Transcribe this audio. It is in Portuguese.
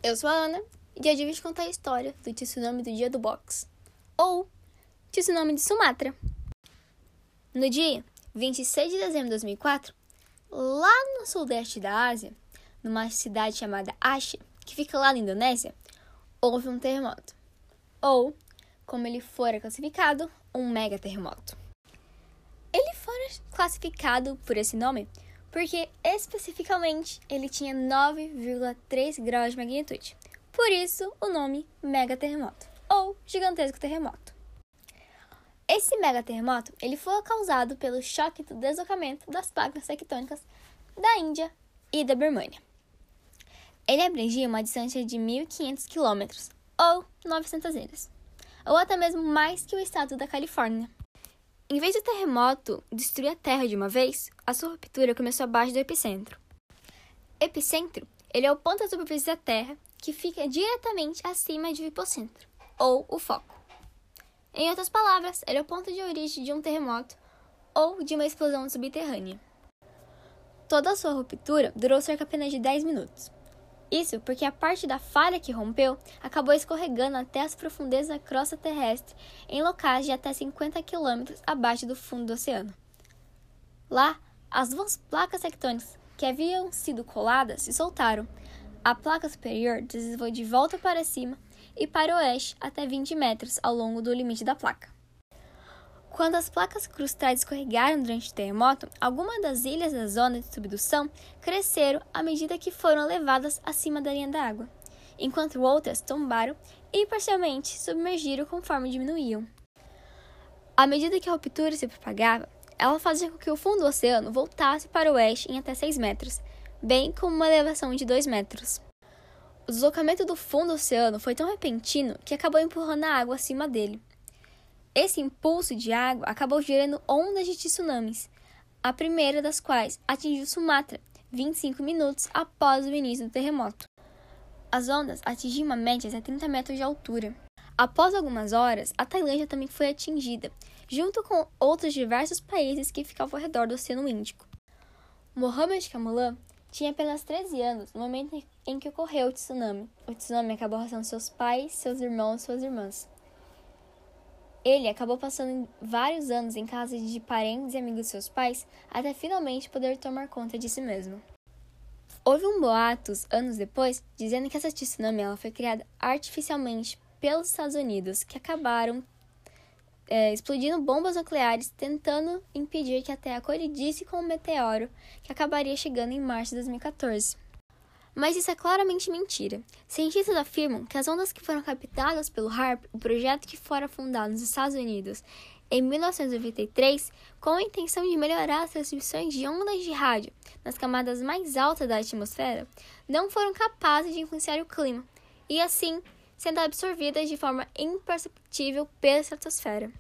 Eu sou a Ana e hoje eu vim te contar a história do tsunami do dia do box, ou tsunami de Sumatra. No dia 26 de dezembro de 2004, lá no sudeste da Ásia, numa cidade chamada Aceh, que fica lá na Indonésia, houve um terremoto, ou, como ele fora classificado, um mega terremoto. Ele fora classificado por esse nome porque, especificamente, ele tinha 9,3 graus de magnitude. Por isso, o nome mega terremoto, ou gigantesco terremoto. Esse mega terremoto ele foi causado pelo choque do deslocamento das placas tectônicas da Índia e da Birmânia. Ele abrangia uma distância de 1.500 quilômetros, ou 900 ilhas, ou até mesmo mais que o estado da Califórnia. Em vez do terremoto destruir a Terra de uma vez, a sua ruptura começou abaixo do epicentro. Epicentro, ele é o ponto da superfície da Terra que fica diretamente acima do hipocentro, ou o foco. Em outras palavras, ele é o ponto de origem de um terremoto ou de uma explosão subterrânea. Toda a sua ruptura durou cerca apenas de 10 minutos. Isso porque a parte da falha que rompeu acabou escorregando até as profundezas da crosta terrestre em locais de até 50 km abaixo do fundo do oceano. Lá, as duas placas tectônicas que haviam sido coladas se soltaram. A placa superior deslizou de volta para cima e para o oeste até 20 metros ao longo do limite da placa. Quando as placas crustais escorregaram durante o terremoto, algumas das ilhas da zona de subdução cresceram à medida que foram levadas acima da linha da água, enquanto outras tombaram e parcialmente submergiram conforme diminuíam. À medida que a ruptura se propagava, ela fazia com que o fundo do oceano voltasse para o oeste em até 6 metros, bem como uma elevação de 2 metros. O deslocamento do fundo do oceano foi tão repentino que acabou empurrando a água acima dele. Esse impulso de água acabou gerando ondas de tsunamis, a primeira das quais atingiu Sumatra 25 minutos após o início do terremoto. As ondas atingiam uma média de 30 metros de altura. Após algumas horas, a Tailândia também foi atingida, junto com outros diversos países que ficavam ao redor do Oceano Índico. Mohamed Kamulan tinha apenas 13 anos no momento em que ocorreu o tsunami. O tsunami acabou arrastando seus pais, seus irmãos e suas irmãs. Ele acabou passando vários anos em casa de parentes e amigos de seus pais, até finalmente poder tomar conta de si mesmo. Houve um boato, anos depois, dizendo que essa tsunami ela foi criada artificialmente pelos Estados Unidos, que acabaram explodindo bombas nucleares, tentando impedir que a Terra colidisse com um meteoro que acabaria chegando em março de 2014. Mas isso é claramente mentira. Cientistas afirmam que as ondas que foram captadas pelo HAARP, o projeto que fora fundado nos Estados Unidos em 1993, com a intenção de melhorar as transmissões de ondas de rádio nas camadas mais altas da atmosfera, não foram capazes de influenciar o clima, e assim, sendo absorvidas de forma imperceptível pela estratosfera.